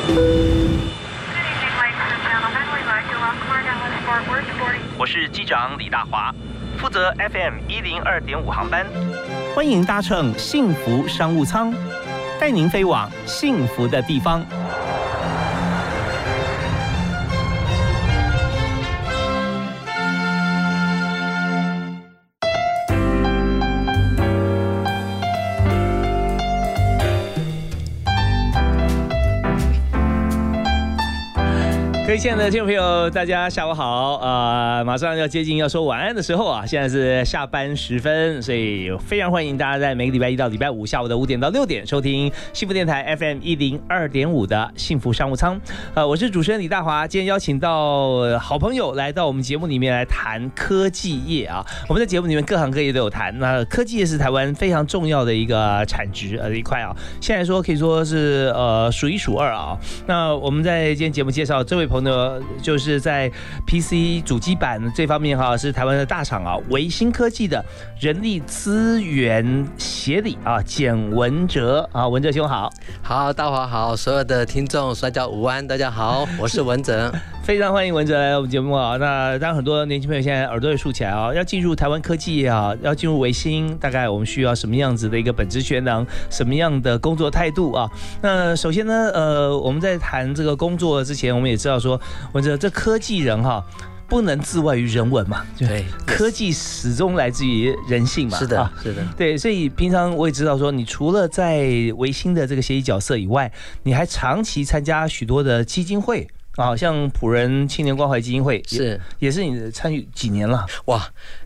我是机长李大华，负责 FM102.5航班，欢迎搭乘幸福商务舱，带您飞往幸福的地方。各位亲爱的听众朋友，大家下午好。马上要接近要说晚安的时候啊，现在是下班时分，所以非常欢迎大家在每个礼拜一到礼拜五下午的5点到6点收听幸福电台 FM102.5的幸福商务舱。我是主持人李大华，今天邀请到好朋友来到我们节目里面来谈科技业啊。我们在节目里面各行各业都有谈，那科技业是台湾非常重要的一个产值一块啊，现在说可以说是数一数二啊。那我们在今天节目介绍这位朋友，就是在 PC 主机板这方面哈，是台湾的大厂啊，维新科技的人力资源协理啊，简文哲啊，文哲兄好。 好，大华好，所有的听众摔跤午安，大家好，我是文哲。 非常欢迎文哲来到我们节目啊。那当然很多年轻朋友现在耳朵也竖起来啊，要进入台湾科技业啊，要进入维新，大概我们需要什么样子的一个本职学能，什么样的工作态度啊？那首先呢，我们在谈这个工作之前，我们也知道说，文哲这科技人哈，不能自外于人文嘛， 对， 科技始终来自于人性嘛， 是的，是的， 对，所以平常我也知道说，你除了在维新的这个协议角色以外，你还长期参加许多的基金会。像辅仁青年关怀基金会也是你参与几年了？哇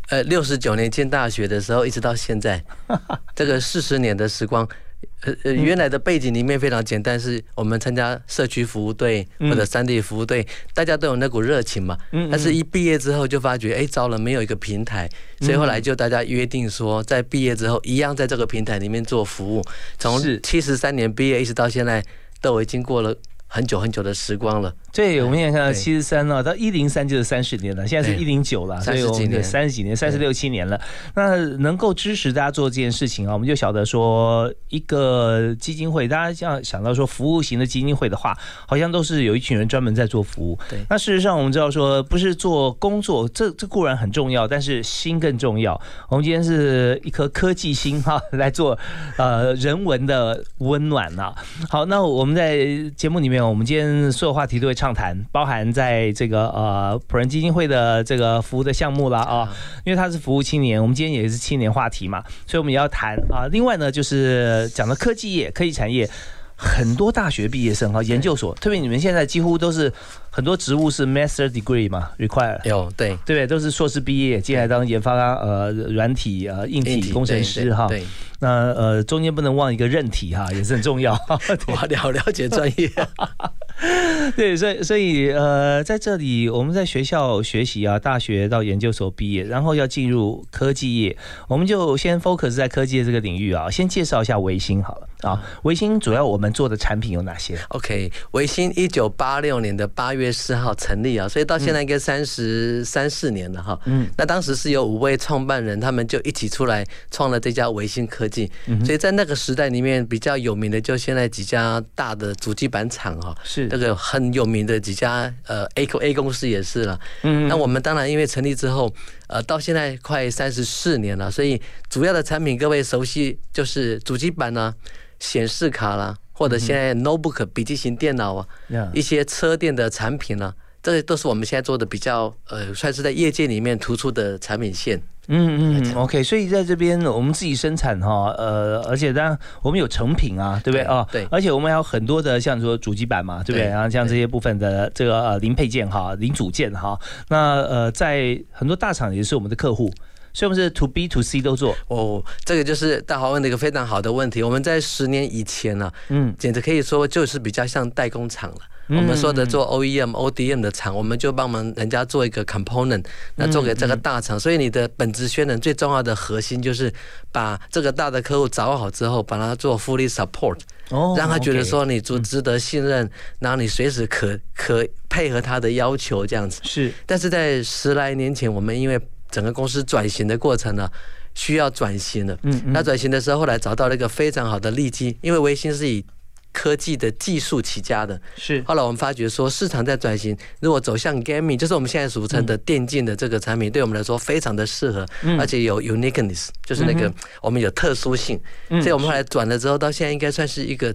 ，69年进大学的时候，一直到现在，这个40年的时光。原来的背景里面非常简单，是我们参加社区服务队或者3D服务队，大家都有那股热情嘛。但是一毕业之后就发觉，糟了，没有一个平台，所以后来就大家约定说，在毕业之后一样在这个平台里面做服务。从73年毕业一直到现在，都已经过了很久很久的时光了。 对，我们也看到73到103就是30年了，现在是109了，所以我们30几年，36、7年了。那能够支持大家做这件事情啊，我们就晓得说，一个基金会，大家这样想到说服务型的基金会的话，好像都是有一群人专门在做服务。对，那事实上我们知道说，不是做工作，这固然很重要，但是心更重要。我们今天是一颗科技心哈，来做人文的温暖啊。好，那我们在节目里面，我们今天所有话题都会畅谈，包含在这个辅仁基金会的这个服务的项目啦啊，因为它是服务青年，我们今天也是青年话题嘛，所以我们也要谈啊。另外呢，就是讲的科技业、科技产业，很多大学毕业生哈，研究所，特别你们现在几乎都是很多职务是 Master Degree 嘛 ，require 有对不对？都是硕士毕业，接下来当研发软体硬体工程师哈。对。那中间不能忘一个韧体哈，也是很重要。 我了解专业。 对，所以在这里我们在学校学习啊，大学到研究所毕业，然后要进入科技业，我们就先 focus 在科技业这个领域啊。先介绍一下维新好了啊。维新主要我们做的产品有哪些 ？OK， 维新1986年的8月4号成立啊，所以到现在应该34年了哈。那当时是有5位创办人，他们就一起出来创了这家维新科技。所以在那个时代里面比较有名的，就现在几家大的主机板厂哈，是这个很有名的几家A 公司也是了。那我们当然因为成立之后，到现在快34年了，所以主要的产品各位熟悉就是主机板啦、显示卡啦，或者现在 notebook 笔记型电脑啊，一些车电的产品啦。这些都是我们现在做的比较算是在业界里面突出的产品线。 OK， 所以在这边我们自己生产哈，而且当然我们有成品啊，对不对啊？对，而且我们还有很多的像说主机板嘛，对不对？然后像这些部分的这个零配件哈、零组件哈，那在很多大厂也是我们的客户。所以我们是 to B to C 都做哦，这个就是大华问的一个非常好的问题。我们在10年以前呢，简直可以说就是比较像代工厂了。我们说的做 OEM、ODM 的厂，我们就帮忙人家做一个 component， 那做给这个大厂。所以你的本职学能最重要的核心就是把这个大的客户掌握好之后，把它做 fully support， 让他觉得说你值得信任，然后你随时可配合他的要求这样子。是，但是在10来年前，我们因为整个公司转型的过程呢，需要转型了。那转型的时候，后来找到了一个非常好的利基，因为维新是以科技的技术起家的。 是。 后来我们发觉说，市场在转型，如果走向 gaming， 就是我们现在俗称的电竞的这个产品，对我们来说非常的适合，而且有 uniqueness， 就是那个我们有特殊性。所以我们后来转了之后，到现在应该算是一个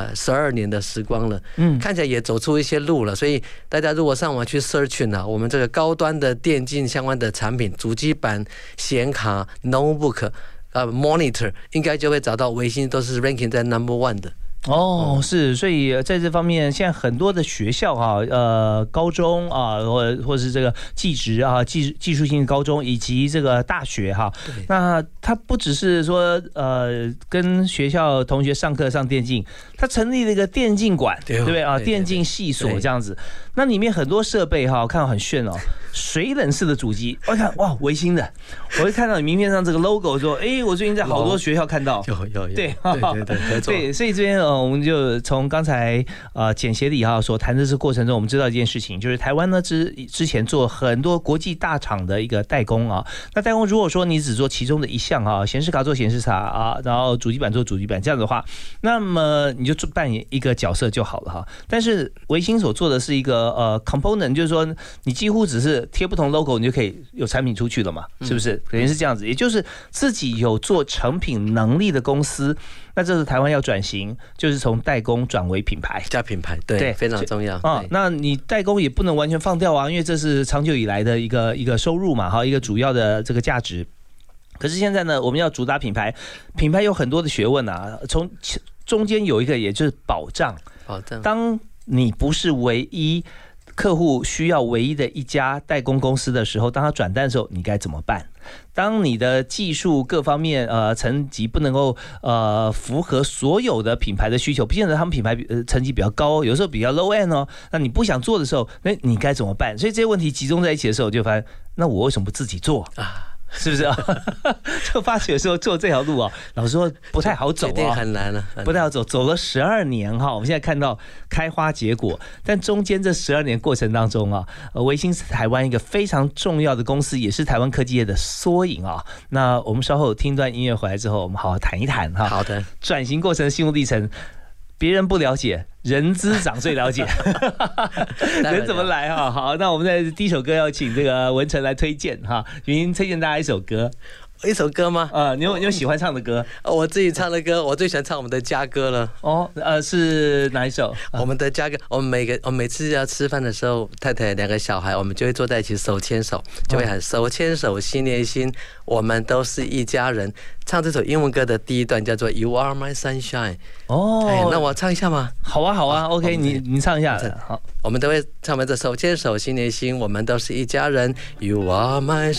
12年的时光了。看起来也走出一些路了。所以大家如果上网去 search 呢，我们这个高端的电竞相关的产品，主机板、显卡、notebook、monitor， 应该就会找到微星都是 ranking 在 No.1 的。 是，所以在这方面，现在很多的学校高中啊，或者是这个技职啊，技术性高中以及这个大学哈，那它不只是说跟学校同学上课上电竞，它成立了一个电竞馆，对不对啊？电竞系所这样子，那里面很多设备哈，看到很炫哦，水冷式的主机，我看哇，微星的，我会看到你名片上这个 logo 说，我最近在好多学校看到， 有， 对， 对， 所以这边我们就从刚才简协理所谈的这过程中，我们知道一件事情，就是台湾呢之前做很多国际大厂的一个代工啊。那代工如果说你只做其中的一项显示卡做显示卡啊，然后主机板做主机板这样的话，那么你就扮演一个角色就好了哈。但是微星所做的是一个component， 就是说你几乎只是贴不同 logo， 你就可以有产品出去了嘛，是不是？等于是这样子，也就是自己有做成品能力的公司。那这是台湾要转型，就是从代工转为品牌， 加品牌，对，非常重要那你代工也不能完全放掉啊，因为这是长久以来的一个收入嘛，一个主要的这个价值。可是现在呢，我们要主打品牌，品牌有很多的学问啊，从中间有一个也就是保障。当你不是唯一客户需要唯一的一家代工公司的时候，当他转单的时候，你该怎么办？当你的技术各方面层级不能够符合所有的品牌的需求，不见得他们品牌层级比较高，有时候比较 low end 那你不想做的时候，那你该怎么办？所以这些问题集中在一起的时候，就发现，那我为什么不自己做啊？是不是啊？就发觉说做这条路老实说不太好走很难了， 不太好走，走了12年我们现在看到开花结果，但中间这12年过程当中微星是台湾一个非常重要的公司，也是台湾科技业的缩影那我们稍后听段音乐回来之后，我们好好谈一谈好的， 转型过程的心路历程。别人不了解，人资长最了解。人怎么来好，那我们在第一首歌要请这个文成来推荐云推荐大家一首歌。 一首歌吗？ 你有喜欢唱的歌？ 我自己唱的歌，我最喜欢唱我们的家歌了。 是哪一首？ 我们的家歌，我们每次要吃饭的时候，太太2个小孩，我们就会坐在一起手牵手，就会喊手牵手心连心，我们都是一家人。唱这首英文歌的第一段叫做 You Are My Sunshine。那我唱一下吗？ 好啊 ，OK， 你唱一下。好， 我们都会唱完这手牵手心连心，我们都是一家人。You are my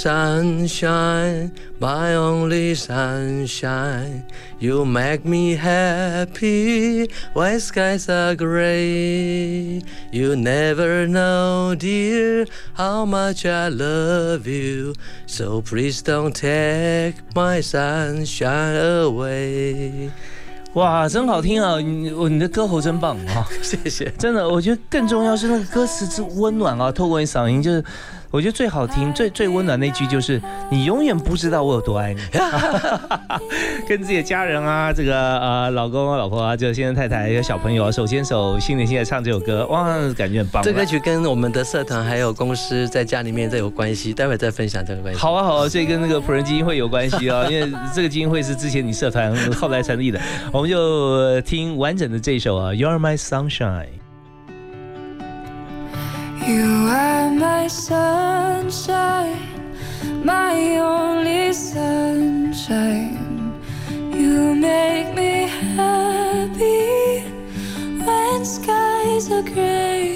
sunshine, my only sunshine. You make me happy when skies are gray. You never know, dear, how much I love you. So please don't take my sunshine away. 哇，真好听啊！你的歌喉真棒谢谢。 真的，我觉得更重要是那个歌词之温暖透过你嗓音，就是我觉得最好听、最温暖那句就是“你永远不知道我有多爱你”。跟自己的家人这个老公、老婆就先生、太太、有小朋友手牵手、心连心的唱这首歌，哇，感觉很棒。 这歌曲跟我们的社团还有公司在家里面这有关系，待会再分享这个关系。 好啊，所以跟那个辅仁基金会有关系因为这个基金会是之前你社团后来成立的。我们就听完整的这首You Are My Sunshine。You are my sunshine, my only sunshine. You make me happy when skies are gray.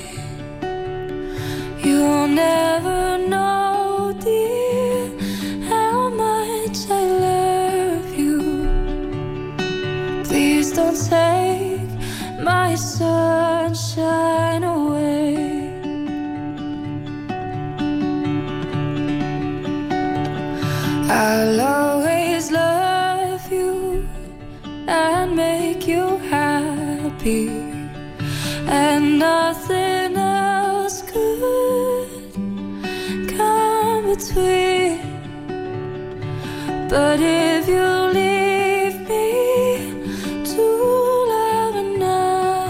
You'll never know, dear, how much I love you. Please don't take my sunshine away.I'll always love you and make you happy, and nothing else could come between. But if you leave me to love another,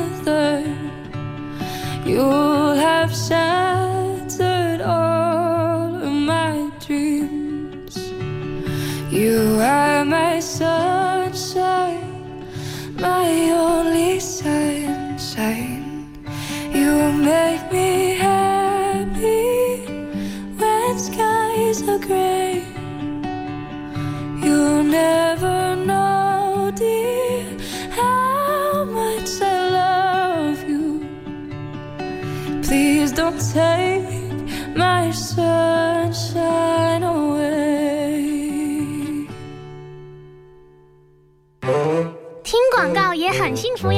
you'll have shattered all of my dreams. You are my sunshine, my only sunshine. You make me happy when skies are gray. You'll never know, dear, how much I love you. Please don't take my sunshine away. 听广告也很幸福哟。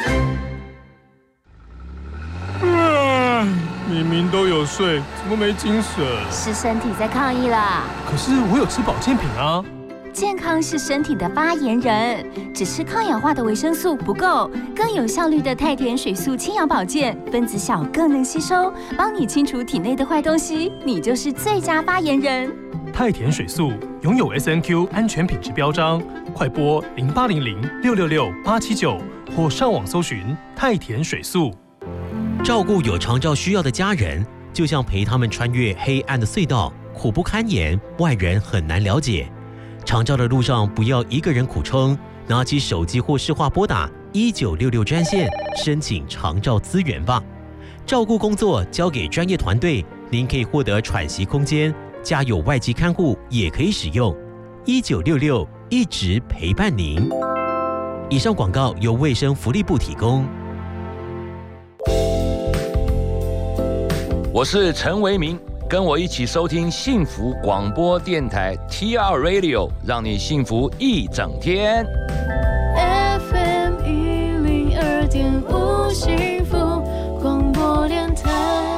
明明都有睡，怎么没精神？ 是身体在抗议啦。 可是我有吃保健品啊。 健康是身体的发言人，只吃抗氧化的维生素不够，更有效率的太田水素轻氧保健，分子小更能吸收，帮你清除体内的坏东西，你就是最佳发言人。 太田水素拥有 SNQ 安全品质标章，快拨0800-666-879或上网搜寻太田水素。 照顾有长照需要的家人，就像陪他们穿越黑暗的隧道，苦不堪言，外人很难了解。长照的路上，不要一个人苦撑，拿起手机或市话拨打1966专线，申请长照资源吧。照顾工作交给专业团队，您可以获得喘息空间，家有外籍看护也可以使用。1966一直陪伴您。以上广告由卫生福利部提供。 我是陈维民，跟我一起收听幸福广播电台 TR Radio， 让你幸福一整天。 FM 102.5幸福广播电台。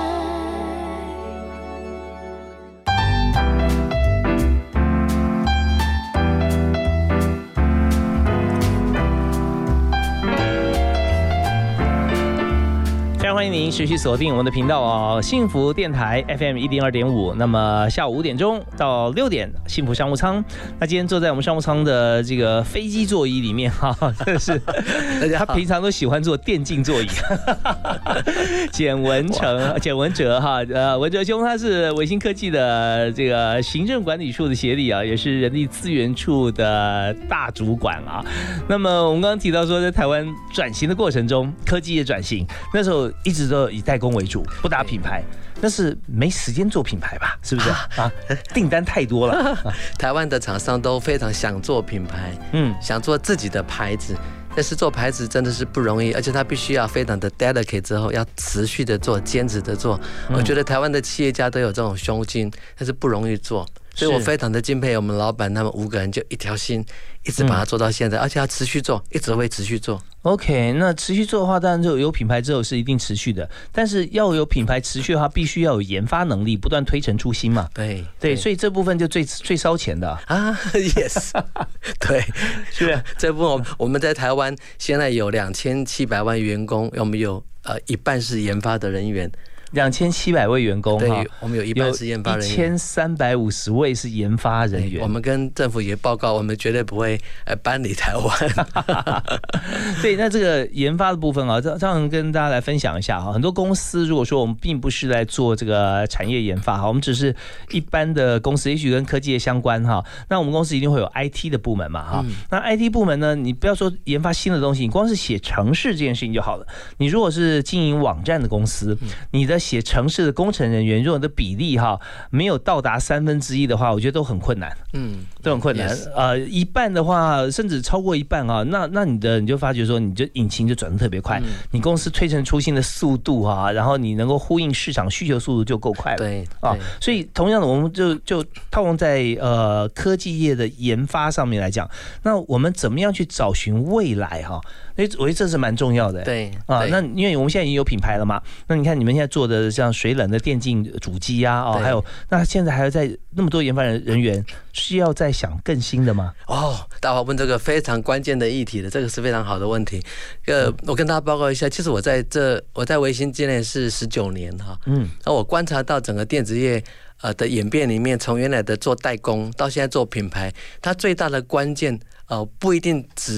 欢迎您持续锁定我们的频道哦，幸福电台 FM 102.5。那么下午5点钟到6点，幸福商务舱。那今天坐在我们商务舱的这个飞机座椅里面哈，真是他平常都喜欢坐电竞座椅。简文哲哈，文哲兄他是维新科技的这个行政管理处的协理啊，也是人力资源处的大主管啊。那么我们刚刚提到说，在台湾转型的过程中，科技业转型那时候一直都以代工为主，不打品牌，那是没时间做品牌吧？是不是啊？订单太多了。 台湾的厂商都非常想做品牌，想做自己的牌子，但是做牌子真的是不容易，而且他必须要非常的 dedicate 之后，要持续的做，坚持的做。我觉得台湾的企业家都有这种胸襟，但是不容易做。所以我非常的敬佩我们老板，他们5个人就一条心，一直把它做到现在，而且要持续做，一直会持续做。 OK， 那持续做的话，当然就有品牌之后是一定持续的，但是要有品牌持续的话，必须要有研发能力，不断推陈出新嘛。对，所以这部分就最烧钱的啊。Yes， 对， 是这部分我们在台湾现在有2700万员工，我们有一半是研发的人员。 2700位员工， 对，我们有一半是研发人员 ，1350位是研发人员。 我们跟政府也报告，我们绝对不会搬离台湾。 对，那这个研发的部分啊，这样跟大家来分享一下哈。很多公司如果说我们并不是来做这个产业研发哈，我们只是一般的公司，也许跟科技业相关哈。那我们公司一定会有 IT 的部门嘛哈。那 IT 部门呢，你不要说研发新的东西，你光是写程式这件事情就好了。你如果是经营网站的公司，你的写程式的工程人员，如果你的比例哈没有到达1/3的话，我觉得都很困难，都很困难。一半的话，甚至超过一半啊，那你就发觉说，你就引擎就转得特别快，你公司推陈出新的速度啊，然后你能够呼应市场需求速度就够快了。 对啊，所以同样的，我们就套用在科技业的研发上面来讲，那我们怎么样去找寻未来哈？我觉得这是蛮重要的。 对啊，那因为我们现在已经有品牌了嘛，那你看你们现在做的像水冷的电竞主机啊，还有那现在还要在那么多研发人员，是要再想更新的吗？ 大华问这个非常关键的议题的，这个是非常好的问题。我跟大家报告一下，其实我在微星今年是19年哈，那我观察到整个电子业的演变里面，从原来的做代工到现在做品牌，它最大的关键不一定只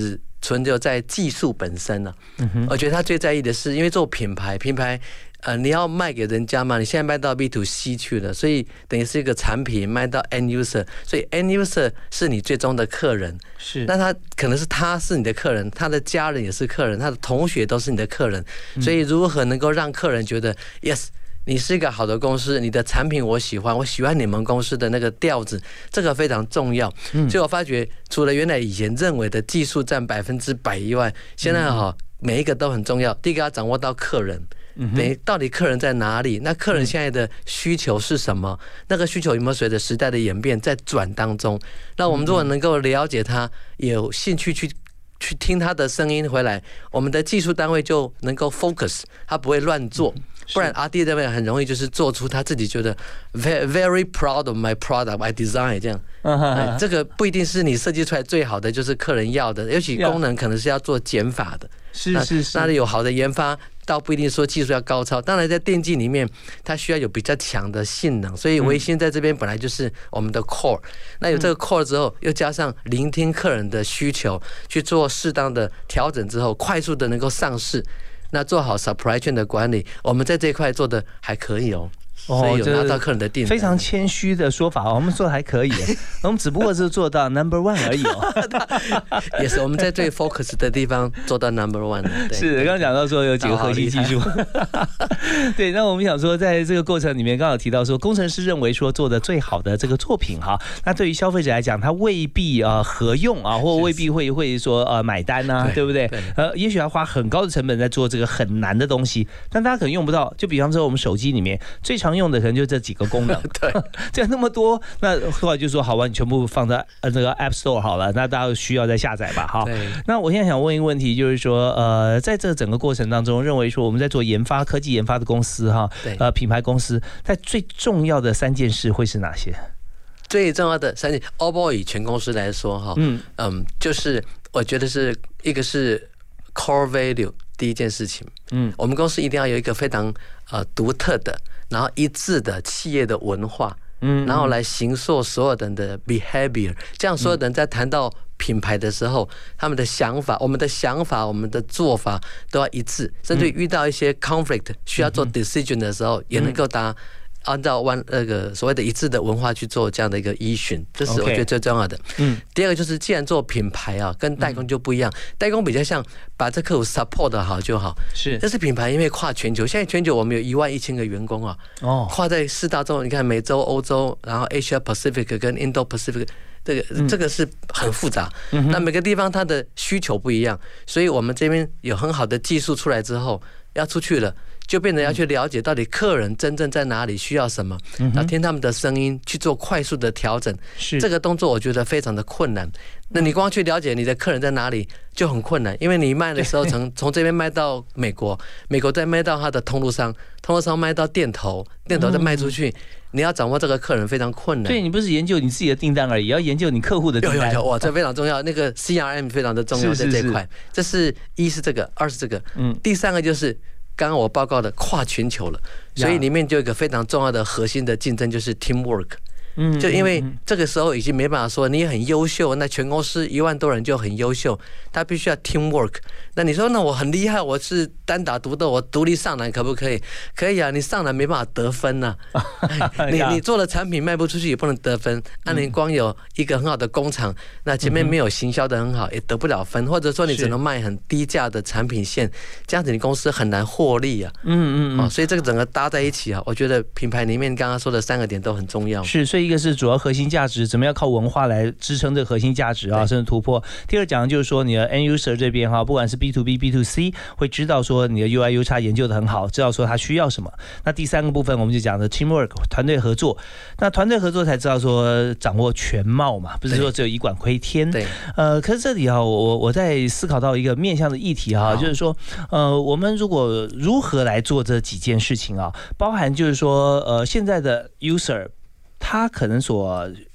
存留在技术本身呢。我觉得他最在意的是，因为做品牌你要卖给人家嘛，你现在卖到 B to C 去了，所以等于是一个产品卖到 end user， 所以 end user 是你最终的客人。 是， 那他是你的客人，他的家人也是客人，他的同学都是你的客人，所以如何能够让客人觉得 yes， 你是一个好的公司，你的产品我喜欢，我喜欢你们公司的那个调子，这个非常重要。所以我发觉，除了原来以前认为的技术占100%以外，现在每一个都很重要。第一个要掌握到客人。到底客人在哪里？那客人现在的需求是什么？那个需求有没有随着时代的演变在转当中？那我们如果能够了解他，有兴趣去听他的声音回来，我们的技术单位就能够 focus， 他不会乱做。不然 R&D 这边很容易就是做出他自己觉得 very proud of my product I design 这样，这个不一定是你设计出来最好的，就是客人要的，尤其功能可能是要做减法的。 是， 那有好的研发，倒不一定说技术要高超。当然在电竞里面，它需要有比较强的性能，所以微星在这边本来就是我们的 core。那有这个 core 之后，又加上聆听客人的需求，去做适当的调整之后，快速的能够上市。那做好 supply chain 的管理，我们在这一块做的还可以哦。所以有拿到客人的订单， 非常谦虚的说法，我们做的还可以，我们只不过是做到 No.1 而已哦。 也是我们在最 focus 的地方做到 No.1。 是刚刚讲到说有几个核心技术，对，那我们想说，在这个过程里面，刚好提到说，工程师认为说做的最好的这个作品哈，那对于消费者来讲，他未必合用啊，或未必会说买单啊，对不对？也许要花很高的成本在做这个很难的东西，但大家可能用不到。就比方说我们手机里面最常用的可能就这几个功能， 对， 这样那么多，那后来就说好吧，你全部放在这个 App Store 好了，那大家需要再下载吧，哈。那我现在想问一个问题，就是说，在这整个过程当中，认为说我们在做科技研发的公司哈，品牌公司，在最重要的3件事会是哪些？ 最重要的3件 ，overall 以全公司来说哈，就是我觉得是一个是 core value。第一件事情，我们公司一定要有一个非常独特的，然后一致的企业的文化，然后来形塑所有人的 behavior， 这样所有人在谈到品牌的时候，他们的想法、我们的做法都要一致，甚至遇到一些 conflict 需要做 decision 的时候，也能够按照那个所谓的一致的文化去做这样的一个依循，这是我觉得最重要的。第二个就是既然做品牌啊，跟代工就不一样，代工比较像把这客户 support 好就好。是，这是品牌，因为跨全球，现在全球我们有11000个员工啊，跨在4大洲，你看美洲、欧洲，然后 Asia Pacific 跟 Indo Pacific。这个是很复杂，那每个地方它的需求不一样，所以我们这边有很好的技术出来之后，要出去了，就变成要去了解到底客人真正在哪里需要什么，然后听他们的声音去做快速的调整。是这个动作我觉得非常的困难。那你光去了解你的客人在哪里就很困难，因为你卖的时候从这边卖到美国，美国再卖到他的通路商，通路商卖到店头，店头再卖出去。你要掌握这个客人非常困难。对， 你不是研究你自己的订单而已，要研究你客户的订单。 哇，这非常重要。那个 CRM 非常的重要，在这一块。这是一是这个，二是这个。第3个就是刚刚我报告的跨全球了，所以里面就有一个非常重要的核心的竞争就是 teamwork。就因为这个时候已经没办法说你很优秀，那全公司1万多人就很优秀，他必须要 teamwork。那你说那我很厉害，我是单打独斗，我独立上篮可不可以？可以啊，你上篮没办法得分呐、你做的产品卖不出去也不能得分，那你光有一个很好的工厂，那前面没有行销的很好，也得不了分，或者说你只能卖很低价的产品线，这样子你公司很难获利啊。所以这个整个搭在一起啊，我觉得品牌里面刚刚说的3个点都很重要。 是，所以一个是主要核心价值，怎么样靠文化来支撑这个核心价值啊，甚至突破。第二讲的就是说你的 end user 这边哈，不管是 B to B、B to C， 会知道说你的 UI、UX 研究的很好，知道说他需要什么。那第3个部分我们就讲的 teamwork 团队合作，那团队合作才知道说掌握全貌嘛，不是说只有以管窥天。对，可是这里啊，我在思考到一个面向的议题哈，就是说我们如何来做这几件事情啊，包含就是说现在的 user。他可能所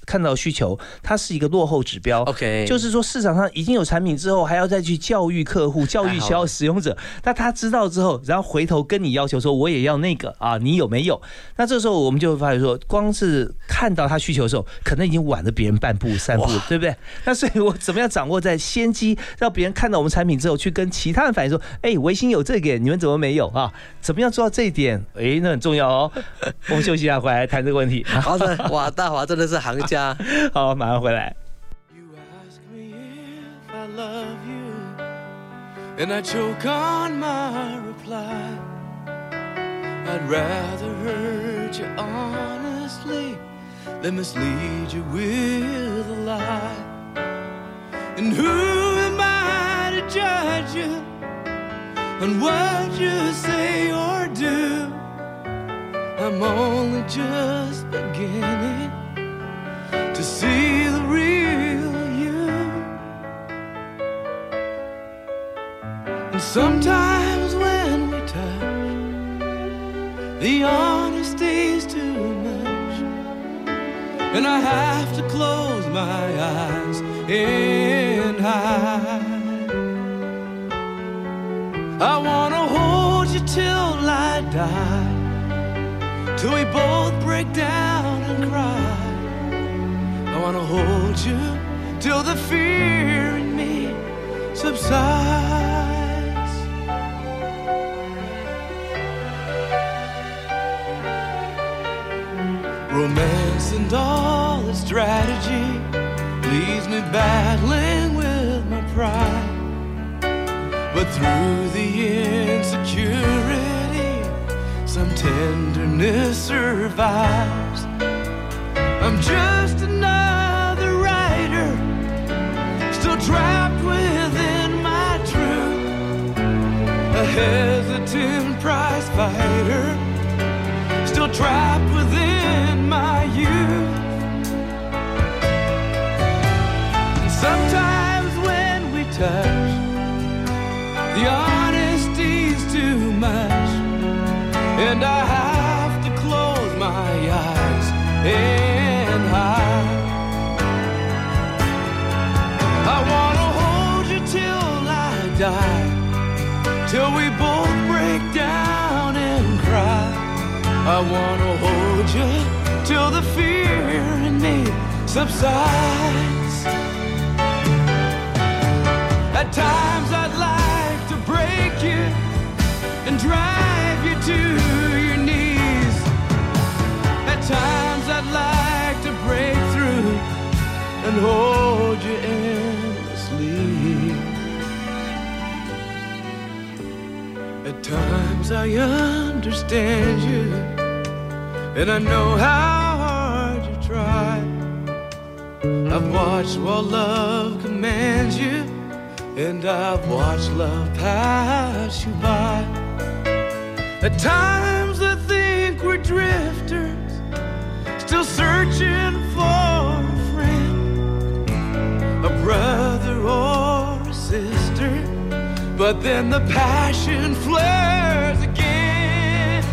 看到需求，它是一个落后指标。 OK， 就是说市场上已经有产品之后，还要再去教育客户、教育使用者。那他知道之后，然后回头跟你要求说，我也要那个啊，你有没有？那这时候我们就会发现说，光是看到他需求的时候，可能已经晚了别人半步、3步，对不对？那所以我怎么样掌握在先机，让别人看到我们产品之后，去跟其他人反映说，微星有这个，你们怎么没有啊？怎么样做到这一点？那很重要哦。我们休息一下，回来谈这个问题。 好的，哇，大华真的是行家。 好，马上回来。 You ask me if I love you, and I choke on my reply. I'd rather hurt you honestly than mislead you with a lie. And who am I to judge you on what you say or do? I'm only just beginning to see the real you. And sometimes when we touch, the honesty's too much, and I have to close my eyes and hide. I wanna hold you till I die, till we both break down and cry. I wanna hold you till the fear in me subsides. Romance and all its strategy leaves me battling with my pride. But through the insecurity, some tenderness survives. I'm just another writer, still trapped within my truth. A hesitant prize fighter, still trapped within my youth. And sometimes when we touch, the honesty's too much, and I have to close my eyes and hide. I wanna hold you till I die, till we both break down and cry. I wanna hold you till the fear in me subsides. At times I'd like to break you and drive you to your knees. At times I'd like to break through and hold you endlessly. At times I understand you, and I know how hard you try. I've watched while love commands you, and I've watched love pass you by. At times I think we're drifters, still searching for a friend, a brother or a sister. But then the passion flares again.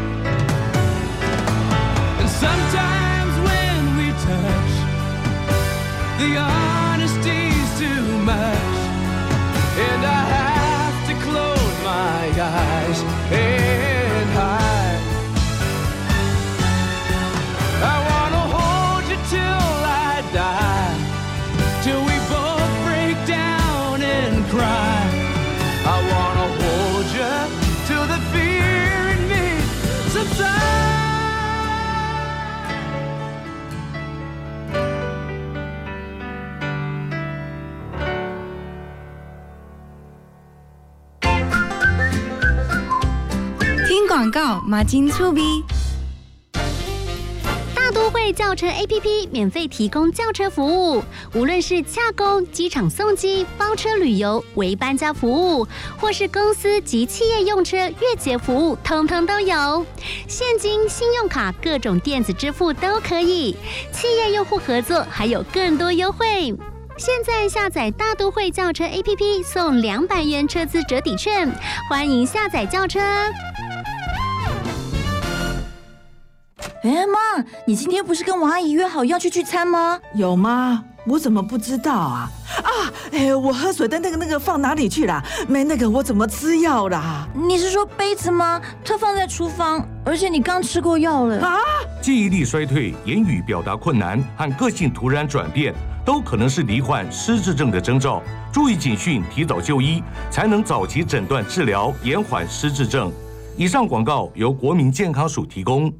And sometimes when we touch, the honesty's too much, and I have to close my eyes and hide. I wanna hold you till I die, till we both break down and cry. I wanna hold you till the fear in me subsides. 听广告，马金醋逼。 大都会轿车 APP 免费提供轿车服务，无论是洽购、机场送机、包车旅游、为搬家服务，或是公司及企业用车月结服务，通通都有。现金、信用卡、各种电子支付都可以。企业用户合作还有更多优惠。现在下载大都会轿车 APP 送200元车资折抵券，欢迎下载轿车。 哎妈，你今天不是跟王阿姨约好要去聚餐吗？ 有吗？我怎么不知道啊？我喝水的那个放哪里去了？没那个我怎么吃药啦？ 你是说杯子吗？它放在厨房，而且你刚吃过药了啊！ 记忆力衰退、言语表达困难和个性突然转变，都可能是罹患失智症的征兆。注意警讯，提早就医，才能早期诊断治疗，延缓失智症。以上广告由国民健康署提供。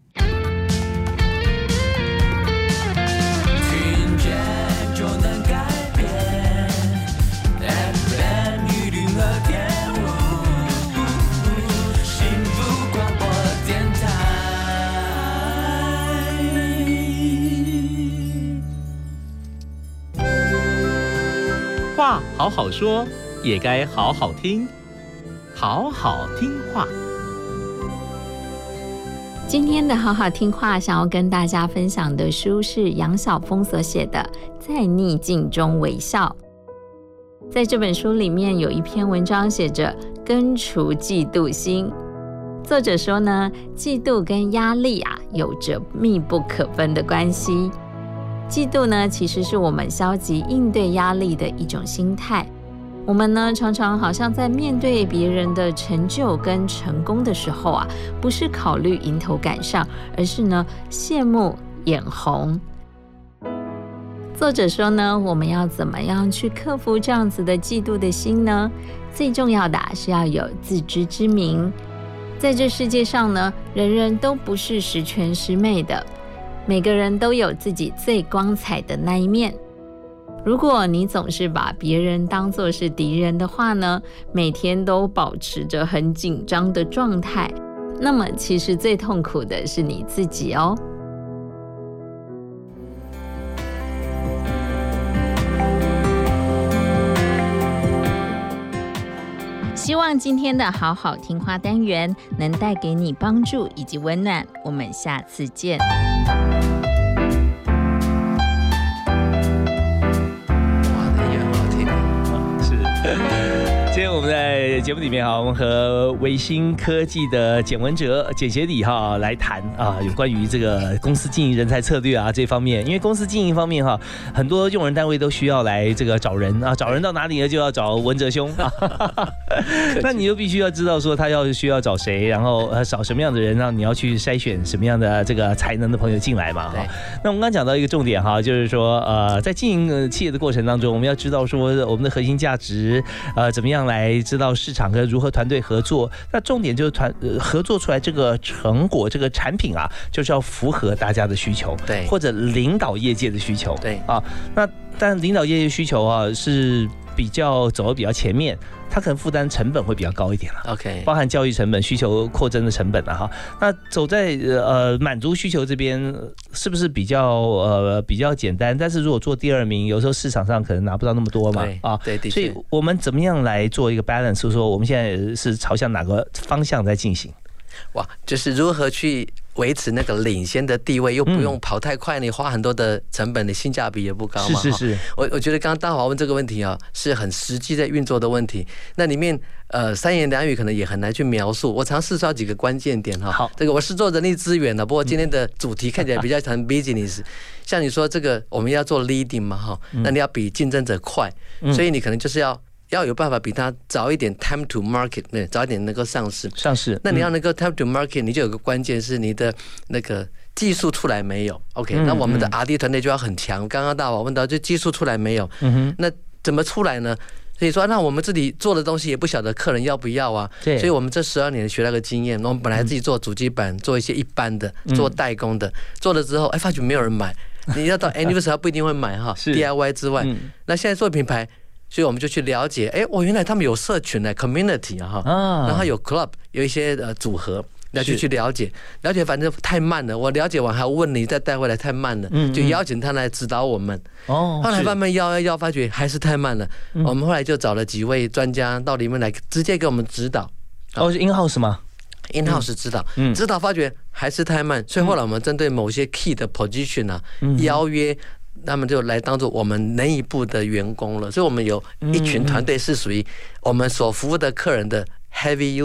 话好好说，也该好好听，好好听话。 今天的好好听话，想要跟大家分享的书是杨晓峰所写的《在逆境中微笑》。在这本书里面有一篇文章写着根除嫉妒心。作者说呢，嫉妒跟压力有着密不可分的关系。嫉妒呢，其实是我们消极应对压力的一种心态。我们呢，常常好像在面对别人的成就跟成功的时候不是考虑迎头赶上，而是呢羡慕眼红。作者说呢，我们要怎么样去克服这样子的嫉妒的心呢？最重要的是要有自知之明。在这世界上呢，人人都不是十全十美的。每个人都有自己最光彩的那一面。如果你总是把别人当作是敌人的话呢，每天都保持着很紧张的状态，那么其实最痛苦的是你自己哦。希望今天的好好听话单元能带给你帮助以及温暖，我们下次见。 今天我们在节目里面我们和维新科技的简文哲简协理来谈有关于这个公司经营人才策略这方面。因为公司经营方面很多用人单位都需要来这个找人找人到哪里呢？就要找文哲兄那你就必须要知道说他需要找谁，然后找什么样的人，然后你要去筛选什么样的这个才能的朋友进来嘛。那我们刚讲到一个重点就是说在经营企业的过程当中，我们要知道说我们的核心价值怎么样来知道市场跟如何团队合作。那重点就是合作出来这个成果，这个产品就是要符合大家的需求，对，或者领导业界的需求，对那但领导业界需求是比较走得比较前面，它可能负担成本会比较高一点了。OK， 包含教育成本、需求扩增的成本那走在满足需求这边是不是比较简单？但是如果做第二名，有时候市场上可能拿不到那么多嘛。对，所以我们怎么样来做一个 balance？ 就是说我们现在是朝向哪个方向在进行？ 哇，就是如何去维持那个领先的地位，又不用跑太快，你花很多的成本，你性价比也不高嘛。是。我觉得刚刚大华问这个问题是很实际在运作的问题。那里面三言两语可能也很难去描述。我尝试找几个关键点好，这个我是做人力资源的，不过今天的主题看起来比较谈 business。像你说这个我们要做 leading 嘛那你要比竞争者快，所以你可能就是要有办法比他早一点 time to market， 早一点能够上市。那你要能够 time to market， 你就有个关键是你的那个技术出来没有 ？OK， 那我们的 R&D 团队就要很强。刚刚大华问到，就技术出来没有？那怎么出来呢？所以说，那我们自己做的东西也不晓得客人要不要所以我们这12年学了个经验，我们本来自己做主机板，做一些一般的，做代工的，做了之后，发觉没有人买。你要到 end user 他不一定会买DIY 之外，那现在做品牌。所以我们就去了解，原来他们有社群的 community 然后有 club， 有一些组合，要去了解，反正太慢了，我了解完还要问你再带回来，太慢了，就邀请他来指导我们。后来慢慢要发觉还是太慢了，我们后来就找了几位专家到里面来，直接给我们指导。 是 in house 吗 ？in-house 指导发觉还是太慢，所以后来我们针对某些 key 的 position 邀约。他们就来当做我们内部的员工了，所以我们有一群团队是属于我们所服务的客人的 heavy user。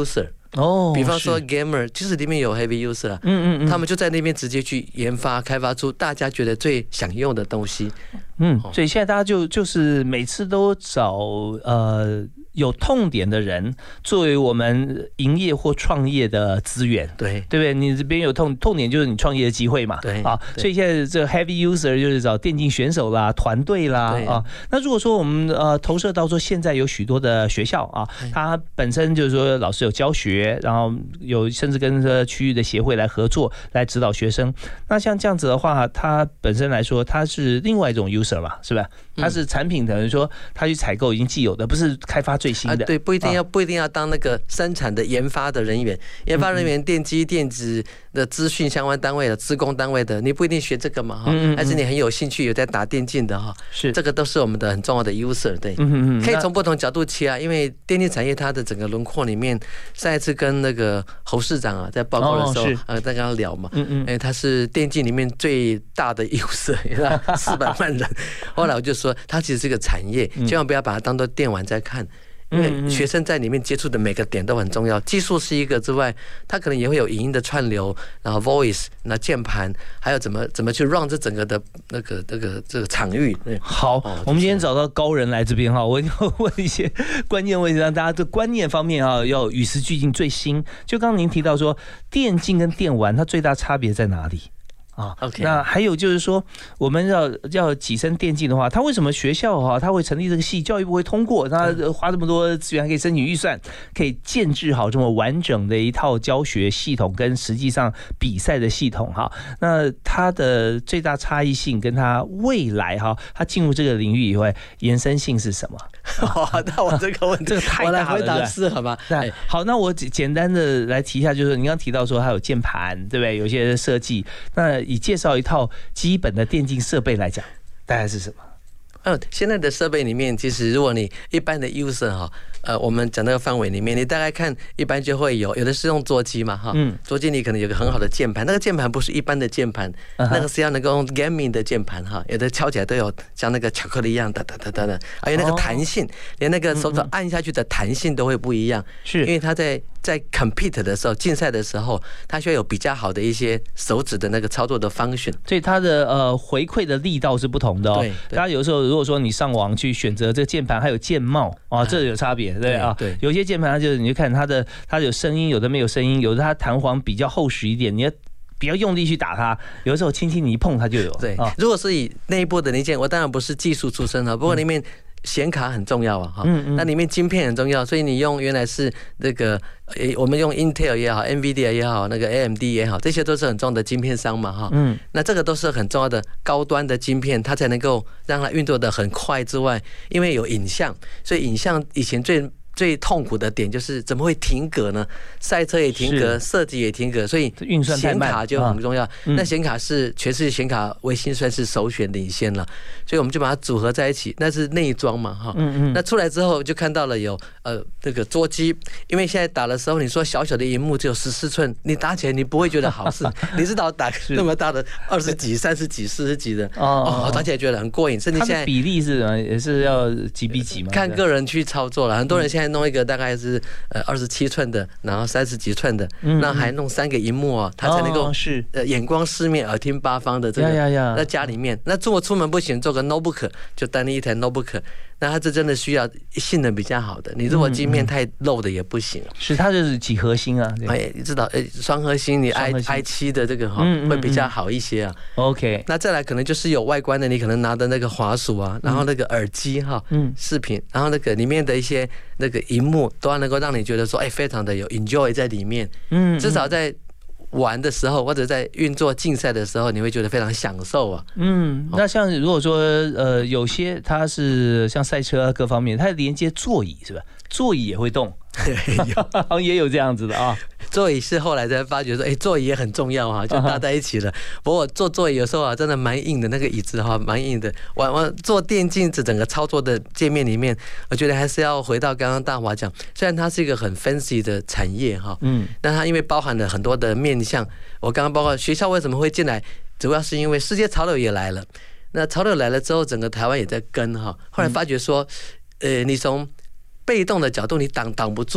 哦，比方说 gamer， 其实里面有 heavy user 啊，他们就在那边直接去研发、开发出大家觉得最想用的东西。 所以现在大家就是每次都找有痛点的人作为我们营业或创业的资源，对不对？你这边有痛点就是你创业的机会嘛，对啊。所以现在这 heavy user 就是找电竞选手啦、团队啦啊。那如果说我们投射到说现在有许多的学校啊，它本身就是说老师有教学，然后有甚至跟区域的协会来合作来指导学生。那像这样子的话，它本身来说它是另外一种 user 嘛，是吧？它是产品，等于说它去采购已经既有的，不是开发最新的。 对，不一定要当那个生产的研发的人员，研发人员、电机、电子的资讯相关单位的、资工单位的，你不一定学这个嘛哈，但是你很有兴趣，有在打电竞的哈，是这个都是我们的很重要的 user， 对，可以从不同角度切啊，因为电竞产业它的整个轮廓里面，上一次跟那个侯市长啊在报告的时候，在跟他聊嘛，他是电竞里面最大的 user， 400万人，后来我就说，它其实是个产业，千万不要把它当做电玩在看。因为学生在里面接触的每个点都很重要，技术是一个之外，他可能也会有影音的串流，然后 voice， 那键盘，还有怎么去 run 这整个的这个场域。 好，我们今天找到高人来这边哈，我要问一些关键问题，让大家的观念方面啊要与时俱进最新。就刚刚您提到说，电竞跟电玩它最大差别在哪里？ OK， 那还有就是说，我们要跻身电竞的话，他为什么学校他会成立这个系，教育部会通过，他花这么多资源，还可以申请预算，可以建制好这么完整的一套教学系统跟实际上比赛的系统哈。那它的最大差异性跟它未来它进入这个领域以后延伸性是什么？ 那我这个问题， 这个太大了， 我来回答是好吧？ 好，那我简单的来提一下，就是你刚刚提到说它有键盘，对不对？有些设计，那以介绍一套基本的电竞设备来讲，大概是什么？ 现在的设备里面，其实如果你一般的 user 我们讲那个范围里面，你大概看一般就会有的是用桌机嘛哈，桌机你可能有个很好的键盘，那个键盘不是一般的键盘，那个是要能够用 gaming 的键盘哈，有的敲起来都有像那个巧克力一样哒哒哒哒的，还有那个弹性，连那个手指按下去的弹性都会不一样，是因为它在 compete 的时候，竞赛的时候，它需要有比较好的一些手指的那个操作的 function， 所以它的回馈的力道是不同的哦。大家有时候如果说你上网去选择这个键盘，还有键帽啊，这有差别，对啊。对，有些键盘它就是你就看它有声音，有的没有声音，有的它弹簧比较厚实一点，你要比较用力去打它，有的时候轻轻你一碰它就有。 对，如果是以内部的零件，我当然不是技术出身的，不过里面 显卡很重要啊，那里面晶片很重要，所以你用原来是那个我们用 Intel 也好 ，NVIDIA 也好，那个 AMD 也好，这些都是很重要的晶片商嘛哈。那这个都是很重要的高端的晶片，它才能够让它运作的很快之外，因为有影像，所以影像以前最痛苦的点就是怎么会停格呢？赛车也停格，设计也停格，所以显卡就很重要。那显卡是全世界显卡微星算是首选领先了，所以我们就把它组合在一起，那是内装嘛哈。那出来之后就看到了有那个桌机，因为现在打的时候你说小小的萤幕只有14寸，你打起来你不会觉得好事，你知道打那么大的20几、30几、40几的打起来觉得很过瘾，甚至现在比例是也是要几比几嘛？ 看个人去操作了，很多人现在弄一个大概是27寸的，然后30几寸的，那还弄3个萤幕啊，它才能够眼光四面耳听八方的这个在家里面。那如果出门不行，做个 notebook 就单一一台 notebook， 那它这真的需要性能比较好的，你如果晶片太漏的也不行。 是它就是几核心啊？ 你知道双核心，你 i7 的这个会比较好一些啊。 OK， 那再来可能就是有外观的，你可能拿的那个滑鼠啊，然后那个耳机哈，视频，然后那个里面的一些那个萤幕都要能够让你觉得说，非常的有 enjoy 在里面。至少在玩的时候或者在运作竞赛的时候，你会觉得非常享受啊。 那像如果说有些它是像赛车各方面，它连接座椅是吧？座椅也会动。也有这样子的啊。 座椅是后来才发觉说，座椅也很重要啊，就搭在一起了。不过坐座椅有时候真的蛮硬的，那个椅子蛮硬的。做电竞这整个操作的界面里面，我觉得还是要回到刚刚大华讲，虽然它是一个很 fancy 的产业哈，但它因为包含了很多的面向。我刚刚包括学校为什么会进来，主要是因为世界潮流也来了。那潮流来了之后，整个台湾也在跟哈。后来发觉说，你从被动的角度你挡不住，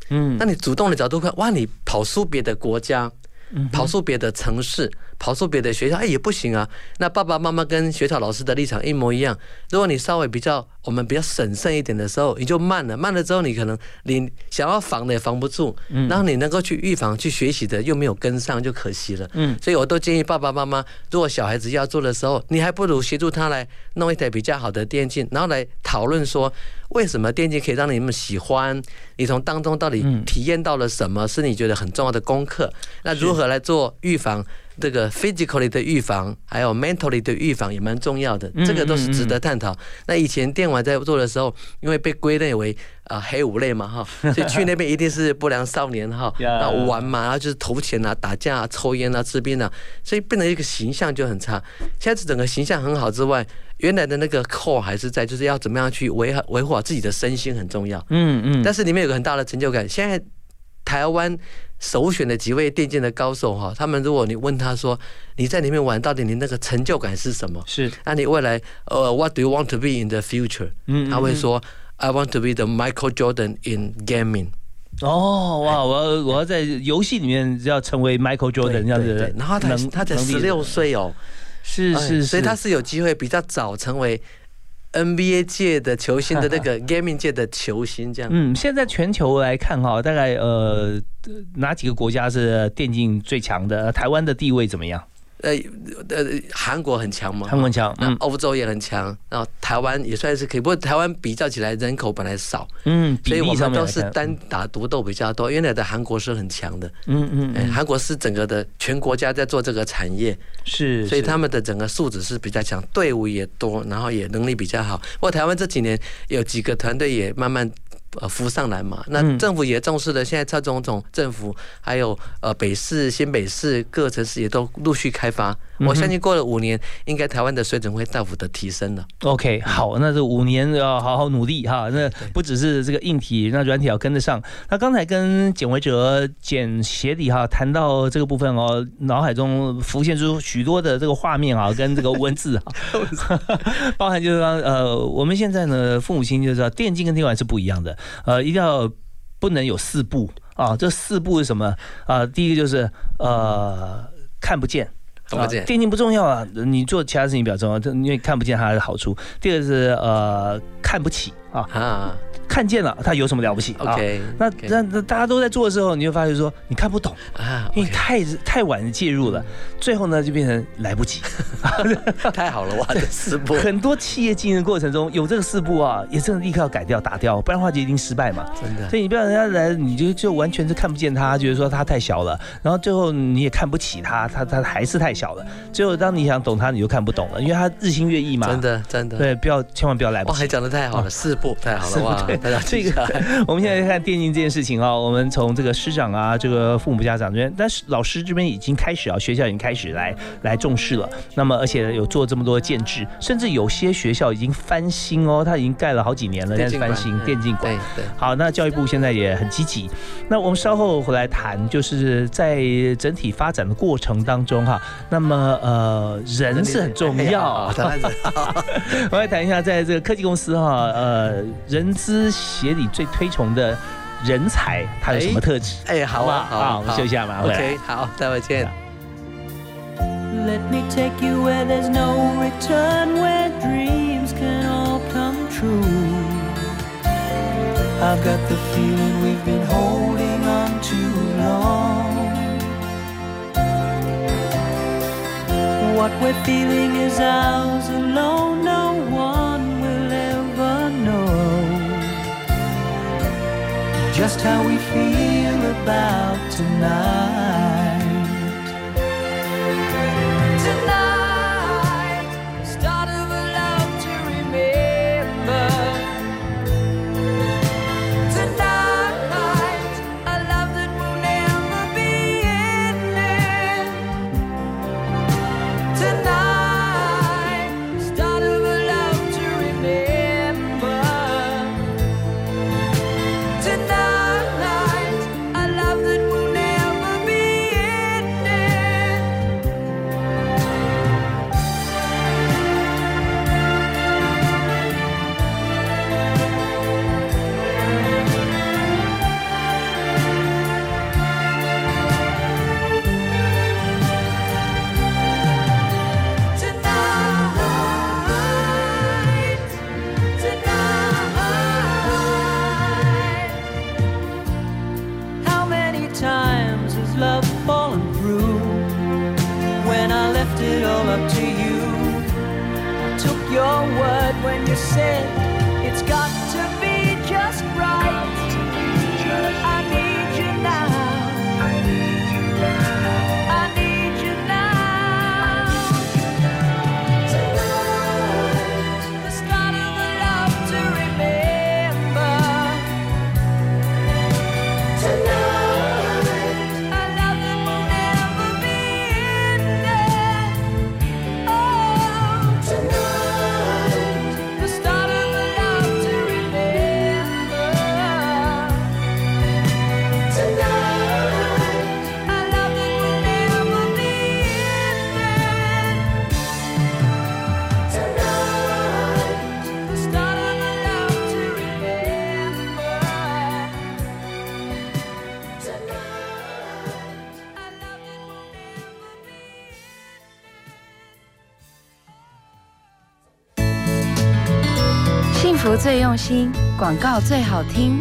那你主动的角度看，哇，你跑出别的国家，跑出别的城市，跑出别的学校，也不行啊。那爸爸妈妈跟学校老师的立场一模一样。如果你稍微我们比较审慎一点的时候，你就慢了之后，你可能你想要防的也防不住，然后你能够去预防、去学习的又没有跟上，就可惜了。所以我都建议爸爸妈妈，如果小孩子要做的时候，你还不如协助他来弄一台比较好的电竞，然后来讨论说为什么电竞可以让你们喜欢，你从当中到底体验到了什么是你觉得很重要的功课，那如何来做预防。这个 physically 的预防，还有 mentally 的预防也蛮重要的，这个都是值得探讨。那以前电玩在做的时候，因为被归类为黑五类嘛哈，所以去那边一定是不良少年哈，然后玩嘛，然后就是投钱啊、打架啊、抽烟啊、吃槟榔，所以变成一个形象就很差。现在整个形象很好之外，原来的那个 core 还是在，就是要怎么样去维护好自己的身心很重要。但是里面有个很大的成就感。现在台湾首选的几位电竞的高手哈，他们如果你问他说你在里面玩到底你那个成就感是什么？ 是， 那你未来what do you want to be in the future？他会说 I want to be the Michael Jordan in gaming。 哇！我要在游戏里面要成为 Michael Jordan 这样子， 然后他才16岁哦， 是， 所以他是有机会比较早成为NBA 界的球星的那个 gaming 界的球星这样。 现在全球来看哈，大概哪几个国家是电竞最强的？台湾的地位怎么样？ 韩国很强嘛， 韩国很强， 欧洲也很强，然后台湾也算是可以，不过台湾比较起来人口本来少，所以我们都是单打独斗比较多。原来的韩国是很强的，韩国是整个的全国家在做这个产业， 是， 所以他们的整个素质是比较强，队伍也多，然后也能力比较好。不过台湾这几年有几个团队也慢慢浮上来嘛，那政府也重视了，现在蔡总统政府还有北市、新北市各城市也都陆续开发。我相信过了5年，应该台湾的水准会大幅的提升了。 OK， 好，那这5年要好好努力哈。那不只是这个硬体，那软体要跟得上。那刚才跟简维哲、简协理哈谈到这个部分哦，脑海中浮现出许多的这个画面啊，跟这个文字哈，包含就是说我们现在呢，父母亲就知道电竞跟电玩是不一样的，一定要不能有4不啊。这4不是什么啊？第一个就是看不见。电竞不重要啊，你做其他事情比较重要，因为看不见它的好处。第二个是看不起啊，看见了它有什么了不起 ？OK， 那大家都在做的时候，你就发现说你看不懂啊，因为你太晚介入了，最后呢就变成来不及。 太好了，哇，这4步很多企业经营的过程中有这个4步啊，也真的立刻要改掉打掉，不然的话就一定失败嘛。 真的， 所以你不要人家来，你就完全是看不见他，觉得说他太小了，然后最后你也看不起他，他还是太小了。最后当你想懂他，你就看不懂了，因为他日新月异嘛。 真的， 对，千万不要来不及。 哇，还讲得太好了，4步太好了哇！ 这个我们现在看电竞这件事情啊，我们从这个师长啊，这个父母家长这边，但是老师这边已经开始啊，学校已经开始来重视了。那么而且有做这么多的建制，甚至有些学校已经翻新哦，它已经盖了好几年了，现在翻新电竞馆。 对。 好，那教育部现在也很积极。那我们稍后回来谈，就是在整体发展的过程当中哈，那么人是很重要。我来谈一下，在这个科技公司哈，人资协理最推崇的人才，他有什么特质？ 好啊， 好，我们休息一下嘛。 OK， 好，待会见。 Let me take you where there's no return, where dreams can all come true. I've got the feeling we've been holding on too long. What we're feeling is ours alone, no one will ever know just how we feel about tonight.Tonight, a love that will never be left it all up to you. I took your word when you said it's got to be just right. I need you now. I need you now. I need you now. Tonight, the start of a love to remember. Tonight, a love that will never be ended. Oh, tonight, the start of a love to remember. Tonight, a love that will never be ended. Tonight, the start of a love to remember. Tonight, 幸福最用心，广告最好听。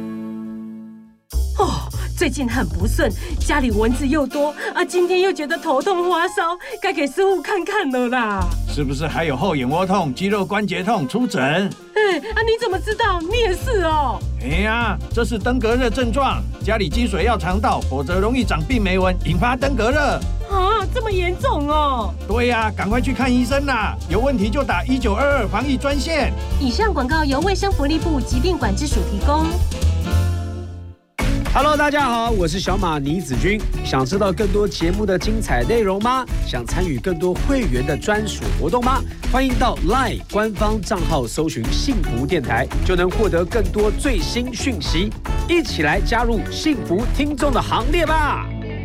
哦，最近很不顺，家里蚊子又多啊，今天又觉得头痛发烧，该给师傅看看了啦。 是不是还有后眼窝痛、肌肉关节痛？出诊。 你怎么知道？你也是哦。 哎呀，这是登革热症状，家里积水要常倒，否则容易长病媒蚊，引发登革热。 啊，这么严重哦？ 对呀，赶快去看医生啦！有问题就打1922防疫专线。 以上广告由卫生福利部疾病管制署提供。 Hello， 大家好，我是小马倪子君。想知道更多节目的精彩内容吗？想参与更多会员的专属活动吗？欢迎到 LINE 官方账号搜寻幸福电台，就能获得更多最新讯息。一起来加入幸福听众的行列吧！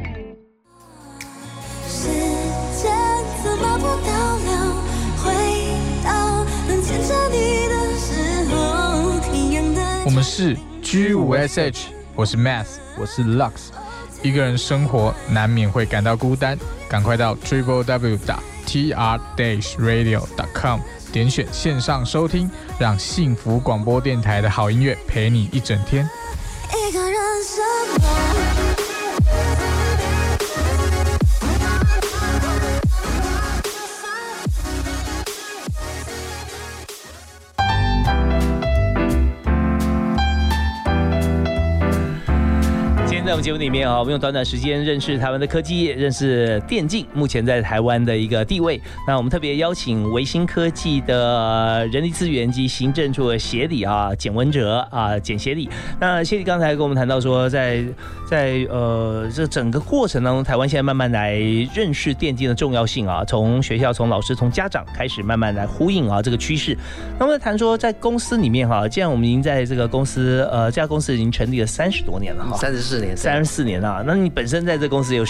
时间怎么不倒流，回到能牵着你的时候，一样的。 我们是 G5SH， 我是 Math， 我是 Lux。一个人生活难免会感到孤单，赶快到 www.tr-radio.com 点选线上收听，让幸福广播电台的好音乐陪你一整天。 一个人生活。 在我们节目里面啊，我们用短短时间认识台湾的科技业，认识电竞目前在台湾的一个地位。那我们特别邀请维新科技的人力资源及行政处的协理啊，简文哲啊，简协理。那协理刚才跟我们谈到说，在这整个过程当中，台湾现在慢慢来认识电竞的重要性啊，从学校、从老师、从家长开始慢慢来呼应啊这个趋势。那我们在谈说，在公司里面哈，既然我们已经在这个公司这家公司已经成立了30多年了哈 ，34年。 34年啊，那你本身在这公司有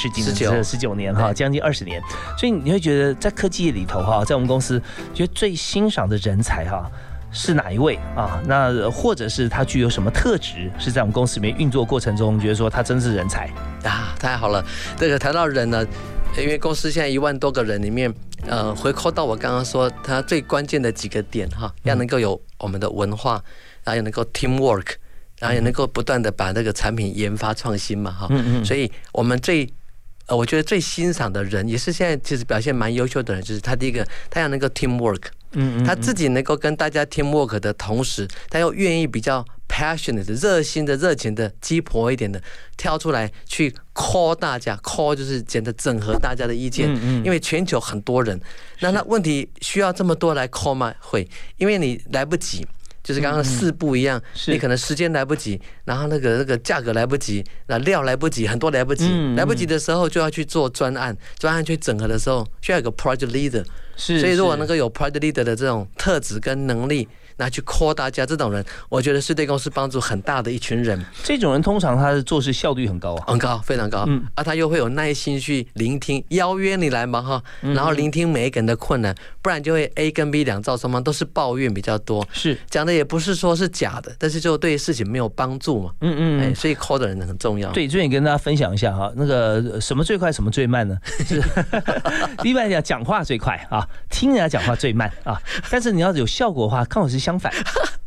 19年哈，将近20年，所以你会觉得在科技业里头哈，在我们公司觉得最欣赏的人才哈是哪一位啊？那或者是他具有什么特质，是在我们公司里面运作过程中，觉得说他真是人才啊？太好了，这个谈到人呢，因为公司现在1万多个人里面，回扣到我刚刚说，它最关键的几个点哈，要能够有我们的文化，然后也能够 teamwork。然后也能够不断的把这个产品研发创新嘛，哈，所以我们我觉得最欣赏的人，也是现在其实表现蛮优秀的人，就是他第一个，他要能够 teamwork，他自己能够跟大家 teamwork 的同时，他又愿意比较 passionate 热心的、热情的、鸡婆一点的跳出来去 call 大家 ，call 就是简直整合大家的意见，因为全球很多人，那问题需要这么多来 call 吗？会，因为你来不及。就是刚刚4步一样，你可能时间来不及，然后那个价格来不及，那料来不及，很多来不及，来不及的时候就要去做专案去整合的时候，需要有个 project leader， 所以如果能够有 project leader 的这种特质跟能力，拿去 call 大家，这种人，我觉得是对公司帮助很大的一群人。 这种人通常他的做事效率很高啊， 很高，非常高。他又会有耐心去聆听，邀约你来嘛哈，然后聆听每一个人的困难，不然就会 A 跟 B 两造双方都是抱怨比较多， 是讲的也不是说是假的，但是就对事情没有帮助嘛。所以 call 的人很重要。 对，这边跟大家分享一下哈，那个什么最快，什么最慢呢？一般讲话最快啊，听人家讲话最慢啊，但是你要有效果的话，刚好是相反。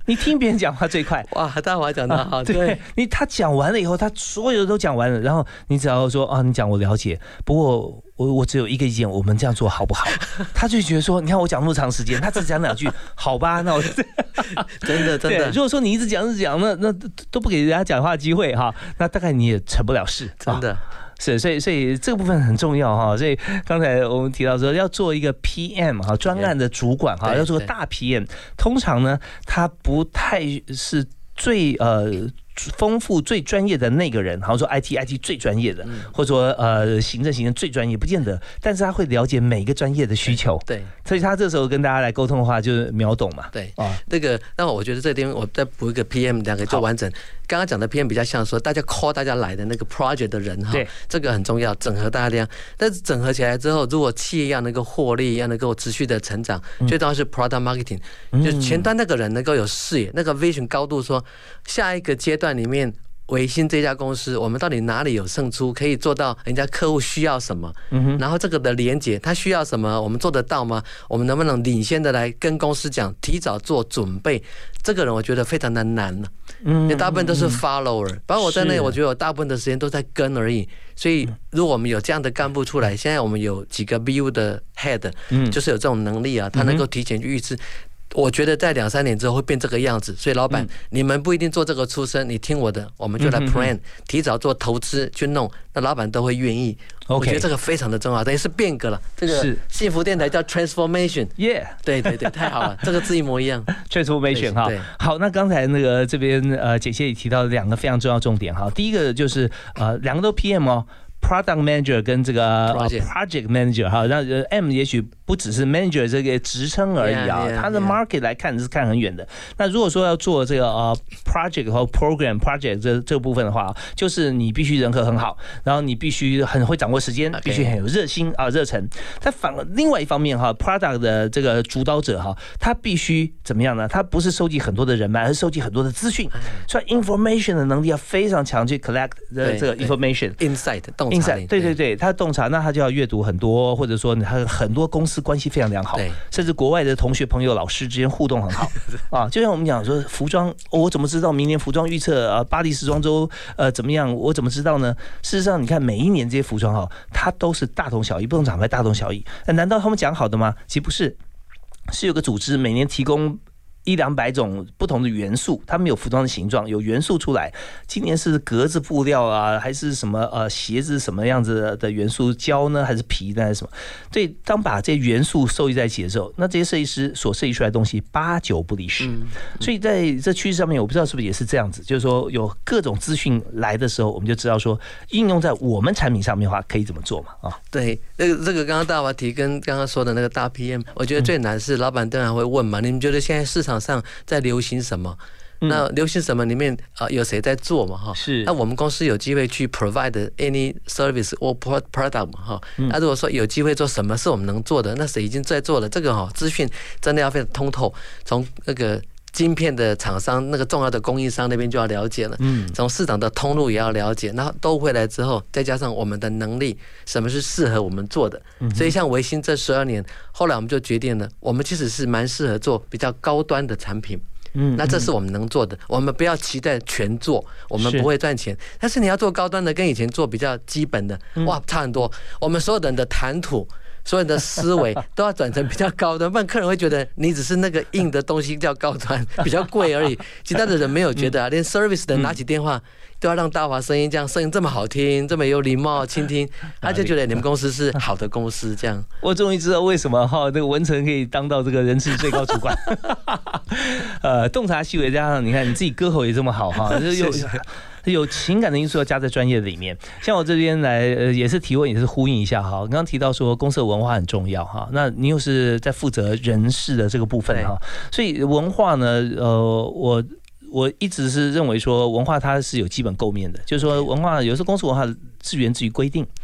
你听别人讲话最快。 哇，大华讲得好，对， 他讲完了以后，他所有的都讲完了，然后你只要说你讲我了解，不过我只有一个意见，我们这样做好不好？他就觉得说，你看我讲那么长时间，他只讲2句，好吧，那我真的， 如果说你一直讲，那都不给人家讲话机会哈，那大概你也成不了事， 真的。 是，所以这个部分很重要哈。所以刚才我们提到说，要做一个 PM 哈，专案的主管哈，要做个大 PM， 通常呢，他不太是最丰富最专业的那个人，好像说 IT 最专业的，或者说行政最专业，不见得，但是他会了解每一个专业的需求， 对， 所以他这时候跟大家来沟通的话，就是秒懂嘛， 对这个，那我觉得这边我再补一个 PM 2个就完整。刚刚讲的 PM 比较像说大家 call 大家来的那个 project 的人哈，这个很重要，整合大家量。但是整合起来之后，如果企业要能够获利，要能够持续的成长，最重要是 product marketing，就前端那个人能够有视野，那个 vision 高度，说下一个阶段里面。微星这家公司，我们到底哪里有胜出，可以做到人家客户需要什么？然后这个的连结，他需要什么，我们做得到吗？我们能不能领先的来跟公司讲，提早做准备？这个人我觉得非常的难了，因为大部分都是 follower， 包括我在内，我觉得我大部分的时间都在跟而已。所以如果我们有这样的干部出来，现在我们有几个 BU 的 head， 就是有这种能力啊，他能够提前去预知。我觉得在2-3年之后会变这个样子，所以老板，你们不一定做这个出身，你听我的，我们就来 plan， 提早做投资去弄，那老板都会愿意。我觉得这个非常的重要，等于是变革了。这个幸福电台叫 transformation， 对，太好了，这个字一模一样 transformation 哈。好，那刚才那个这边简介也提到2个非常重要重点哈，第一个就是2个都 PM 哦。Product Manager 跟这个 Project Manager 哈，那 M 也许不只是 Manager 这个职称而已啊，它的 Market 来看是看很远的。那如果说要做这个Project 和 Program Project 这部分的话，就是你必须人格很好，然后你必须很会掌握时间，必须很有热心热忱。但另外一方面哈 ，Product 的这个主导者哈，他必须怎么样呢？他不是收集很多的人脉，而是收集很多的资讯，所以 information 的能力要非常强，去 collect 这个 information insight 对，他洞察，那他就要阅读很多，或者说他很多公司关系非常良好，甚至国外的同学、朋友、老师之间互动很好啊。就像我们讲说服装，我怎么知道明年服装预测巴黎时装周怎么样？我怎么知道呢？事实上，你看每一年这些服装哈，它都是大同小异，不同厂牌大同小异。难道他们讲好的吗？其实不是，是有个组织每年提供100-200种不同的元素，他们有服装的形状，有元素出来。今年是格子布料啊，还是什么鞋子什么样子的元素，胶呢还是皮呢还是什么？对，当把这些元素收集在一起的时候，那这些设计师所设计出来的东西8-9不离十。所以在这趋势上面，我不知道是不是也是这样子，就是说有各种资讯来的时候，我们就知道说应用在我们产品上面的话，可以怎么做嘛？ 对，这个刚刚大华提跟刚刚说的那个大 PM， 我觉得最难是老板当然会问嘛，你们觉得现在市场上在流行什么？那流行什么里面有谁在做嘛？哈，是。那我们公司有机会去 provide any service or product 嘛？哈，那如果说有机会做什么是我们能做的，那谁已经在做了？这个资讯真的要非常通透，从那个晶片的厂商那个重要的供应商那边就要了解了，从市场的通路也要了解，然后都回来之后，再加上我们的能力，什么是适合我们做的。所以像微星这12年，后来我们就决定了，我们其实是蛮适合做比较高端的产品。那这是我们能做的，我们不要期待全做，我们不会赚钱。但是你要做高端的，跟以前做比较基本的，哇，差很多。我们所有人的谈吐，所有的思维都要转成比较高端，不然客人会觉得你只是那个硬的东西叫高端，比较贵而已。其他的人没有觉得连 service 的拿起电话都要让大华声音这么好听，这么有礼貌倾听，他就觉得你们公司是好的公司。这样， 我终于知道为什么那个文成可以当到这个人事最高主管。洞察细微，加上你看你自己歌喉也这么好哈，有情感的因素要加在专业的里面。像我这边来也是提问，也是呼应一下哈。刚刚提到说公司的文化很重要哈，那你又是在负责人事的这个部分哈，所以文化呢，我一直是认为说文化它是有基本构面的，就是说文化有时候公司文化是源自于规定。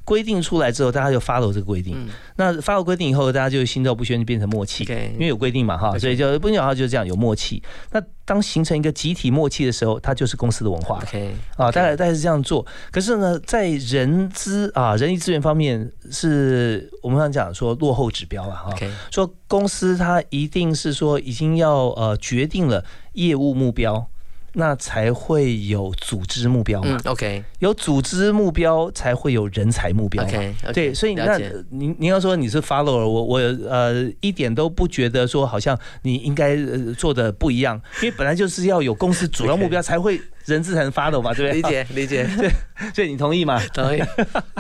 规定出来之后，大家就 follow 这个规定。那 follow 规定以后，大家就心照不宣，就变成默契，因为有规定嘛哈，所以就不讲话就是这样有默契。那当形成一个集体默契的时候，它就是公司的文化。大概是这样做。可是呢，在人力资源方面，是我们刚讲说落后指标了哈。说公司它一定是说已经要决定了业务目标。那才会有组织目标嘛有组织目标才会有人才目标嘛对，所以那您要说你是 follower， 我一点都不觉得说好像你应该做的不一样，因为本来就是要有公司主要目标才会人资才能 follow 嘛，对不对？ 理解。 对，所以你同意吗？ 同意。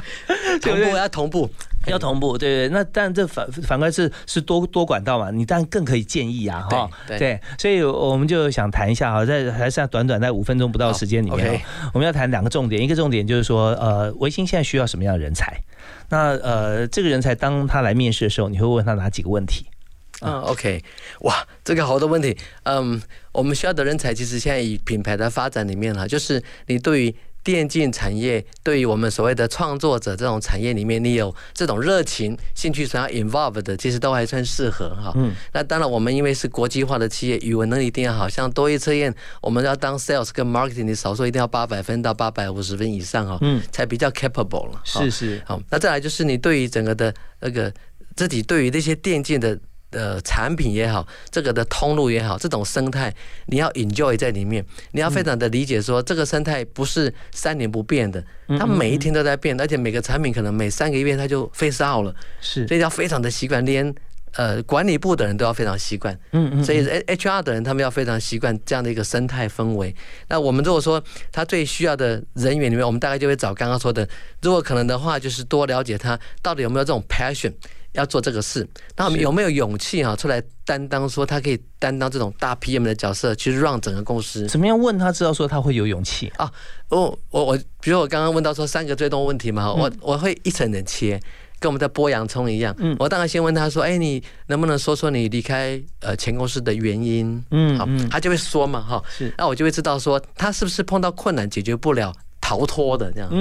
要同步，对。那但这反过来是多管道嘛，你当然更可以建议啊，哈。对，所以我们就想谈一下哈，还是短在5分钟不到的时间里面，我们要谈2个重点，一个重点就是说，微星现在需要什么样的人才？那这个人才当他来面试的时候，你会问他哪几个问题 ？OK， 哇，这个好多问题。我们需要的人才，其实现在以品牌的发展里面就是你对于电竞产业，对于我们所谓的创作者这种产业里面，你有这种热情、兴趣想要 involve 的，其实都还算适合哈。那当然，我们因为是国际化的企业，语文能力一定要好，像多益测验，我们要当 sales 跟 marketing， 你少说一定要800分到850分以上哈，才比较 capable 了。 是。 好，那再来就是你对于整个的那个自己对于那些电竞的产品也好，这个的通路也好，这种生态你要 enjoy 在里面，你要非常的理解说这个生态不是3年不变的，它每一天都在变，而且每个产品可能每3个月它就 phase out 了，所以要非常的习惯，连管理部的人都要非常习惯，所以 HR 的人他们要非常习惯这样的一个生态氛围。那我们如果说他最需要的人员里面，我们大概就会找刚刚说的，如果可能的话，就是多了解他到底有没有这种 passion。要做这个事，那我们有没有勇气出来担当，说他可以担当这种大 PM 的角色，去让整个公司？ 怎么样问他知道说他会有勇气啊？ 我比如我刚刚问到说3个最多问题嘛，我会一层层切，跟我们在剥洋葱一样。我当然先问他说，你能不能说说你离开前公司的原因？好，他就会说嘛，哈，那我就会知道说他是不是碰到困难解决不了。逃脱的这样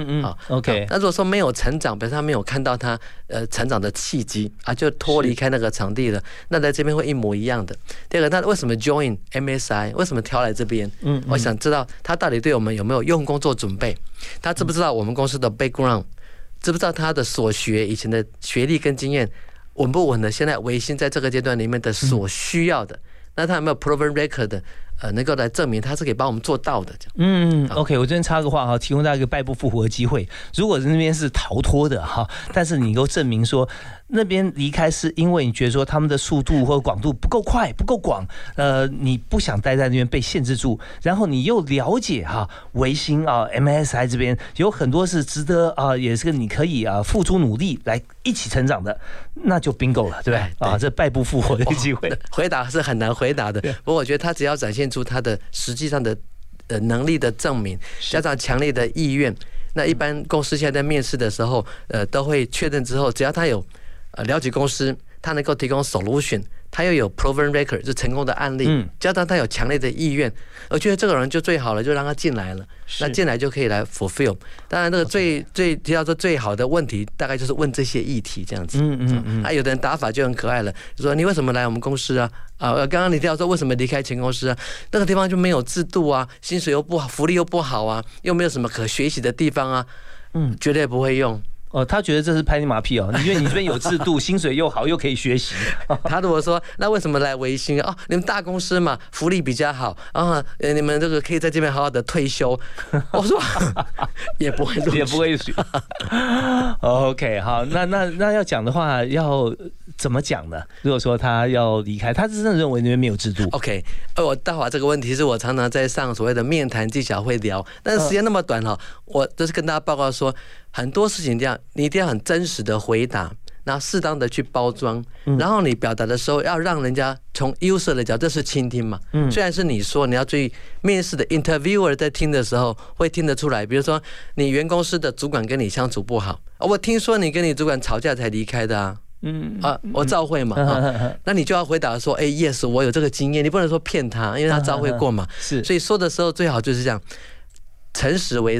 ，OK。 那如果说没有成长，表示他没有看到他成长的契机就脱离开那个场地了，那在这边会一模一样的。第二个，那为什么 join MSI？ 为什么挑来这边？我想知道他到底对我们有没有用功做准备？他知不知道我们公司的 background？ 知不知道他的所学以前的学历跟经验稳不稳的？现在微星在这个阶段里面的所需要的，那他有没有 proven record 的？能够来证明他是可以帮我们做到的。 OK， 我这边插个话哈，提供大家一个败不复活的机会。如果那边是逃脱的哈，但是你能够证明说那边离开是因为你觉得说他们的速度或广度不够快、不够广，你不想待在那边被限制住，然后你又了解微星MSI 这边有很多是值得也是你可以付出努力来一起成长的，那就 bingo 了，对不对？这败不复活的机会。 回答是很难回答的，不过我觉得他只要展现出他的实际上的能力的证明，加上强烈的意愿，那一般公司现在在面试的时候，都会确认之后，只要他有了解公司，他能够提供 solution， 他又有 proven record， 就成功的案例，加上他有强烈的意愿，我觉得这个人就最好了，就让他进来了。那进来就可以来 fulfill。当然，这个提到说最好的问题，大概就是问这些议题这样子。有的人打法就很可爱了，就说你为什么来我们公司啊？刚刚你提到说为什么离开前公司啊？那个地方就没有制度啊，薪水又不好，福利又不好啊，又没有什么可学习的地方啊，绝对不会用。 他觉得这是拍你马屁你觉得你这边有制度，薪水又好，又可以学习。 他如果说那为什么来微星你们大公司嘛，福利比较好你们这个可以在这边好好的退休。我说也不会学。OK， 好，那要讲的话要怎么讲呢？如果说他要离开，他真的认为那边没有制度。 OK， 我待会这个问题是我常常在上所谓的面谈技巧会聊，但是时间那么短我就是跟大家报告说。很多事情你一定要很真实的回答，然后适当的去包装，然后你表达的时候要让人家从 user 的角度，这是倾听嘛。虽然是你说，你要注意面试的 interviewer 在听的时候会听得出来。比如说你原公司的主管跟你相处不好，我听说你跟你主管吵架才离开的啊。我照会嘛，那你就要回答说，yes， 我有这个经验，你不能说骗他，因为他照会过嘛。所以说的时候最好就是这样，诚实为上。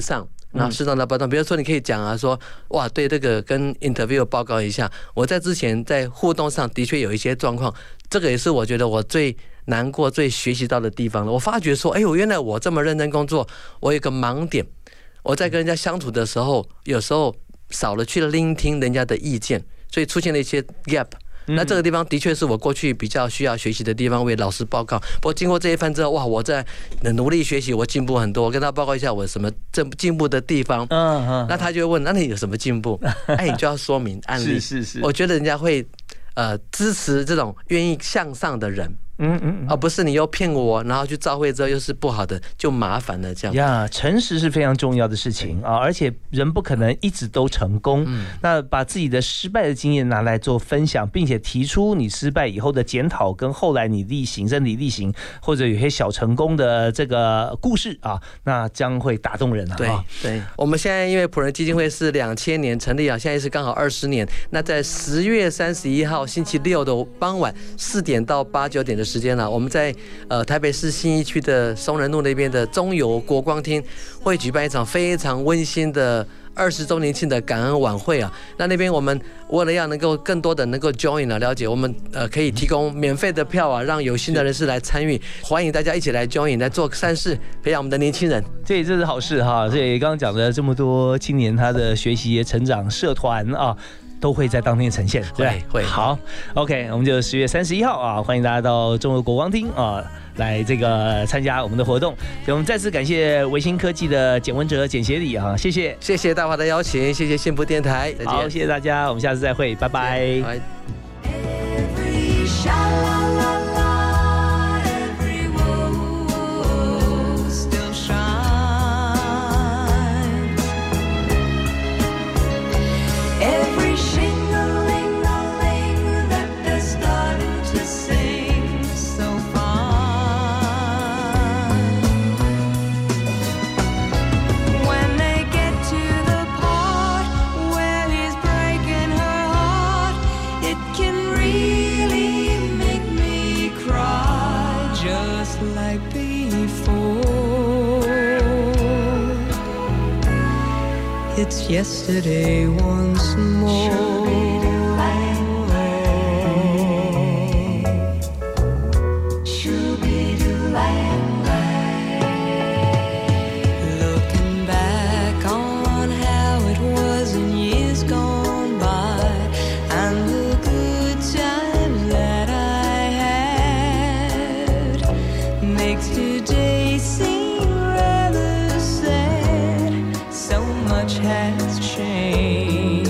然后适当的包装，比如说你可以讲啊，说哇，对这个跟 interview 报告一下，我在之前在互动上的确有一些状况，这个也是我觉得我最难过、最学习到的地方了。我发觉说，哎呦，原来我这么认真工作，我有个盲点，我在跟人家相处的时候，有时候少了去聆听人家的意见，所以出现了一些 gap。那这个地方的确是我过去比较需要学习的地方，为老师报告。不过经过这一番之后，哇，我在努力学习，我进步很多。我跟他报告一下我什么进步的地方，那他就会问，那你有什么进步？哎，你就要说明案例。 是， 我觉得人家会支持这种愿意向上的人。而不是你又骗我，然后去召会之后又是不好的，就麻烦了这样。 呀，诚实是非常重要的事情啊，而且人不可能一直都成功。那把自己的失败的经验拿来做分享，并且提出你失败以后的检讨，跟后来你身体力行，或者有些小成功的这个故事啊，那将会打动人啊。 对，我们现在因为普仁基金会是2000年成立啊，现在是刚好20年。那在10月31号星期六的傍晚4点到8、9点的时间了，我们在台北市信义区的松仁路那边的中油国光厅会举办一场非常温馨的20周年庆的感恩晚会啊。那边我们为了要能够更多的能够 join 了解，我们可以提供免费的票啊，让有心的人士来参与，欢迎大家一起来 join 来做善事，培养我们的年轻人。 这是好事哈。所以刚刚讲的这么多青年他的学习成长社团啊，都会在当天呈现，对，会。好 ，OK， 我们就10月31号啊，欢迎大家到中油国光厅啊，来这个参加我们的活动。所以我们再次感谢维新科技的简文哲、简协理啊，谢谢大华的邀请，谢谢幸福电台，再见。 好，谢谢大家，我们下次再会，拜拜。 It's yesterday once more. Looking back on how it was in years gone by, and the good times that I had, makes today seem rather sad. So much has changed.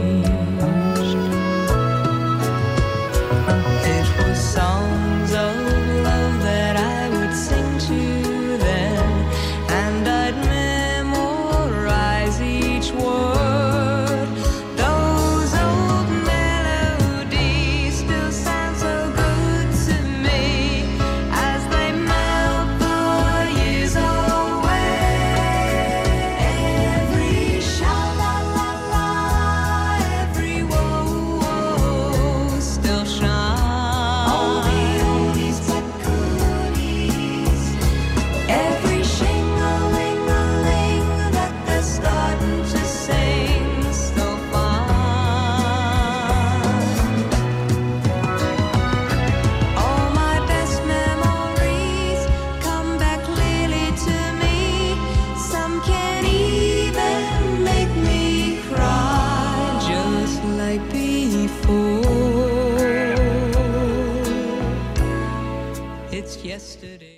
It was songs of love that I would sing to them, and I'd memorize each word. Those old melodies still sound so good to me as they melt the years away. Every sha-la-la-la, every woe still shines. All the oldies but goodies, every shing-a-ling-a-ling that they're starting to sing so fine. All my best memories come back clearly to me. Some can even make me cry, just like before. It's yesterday.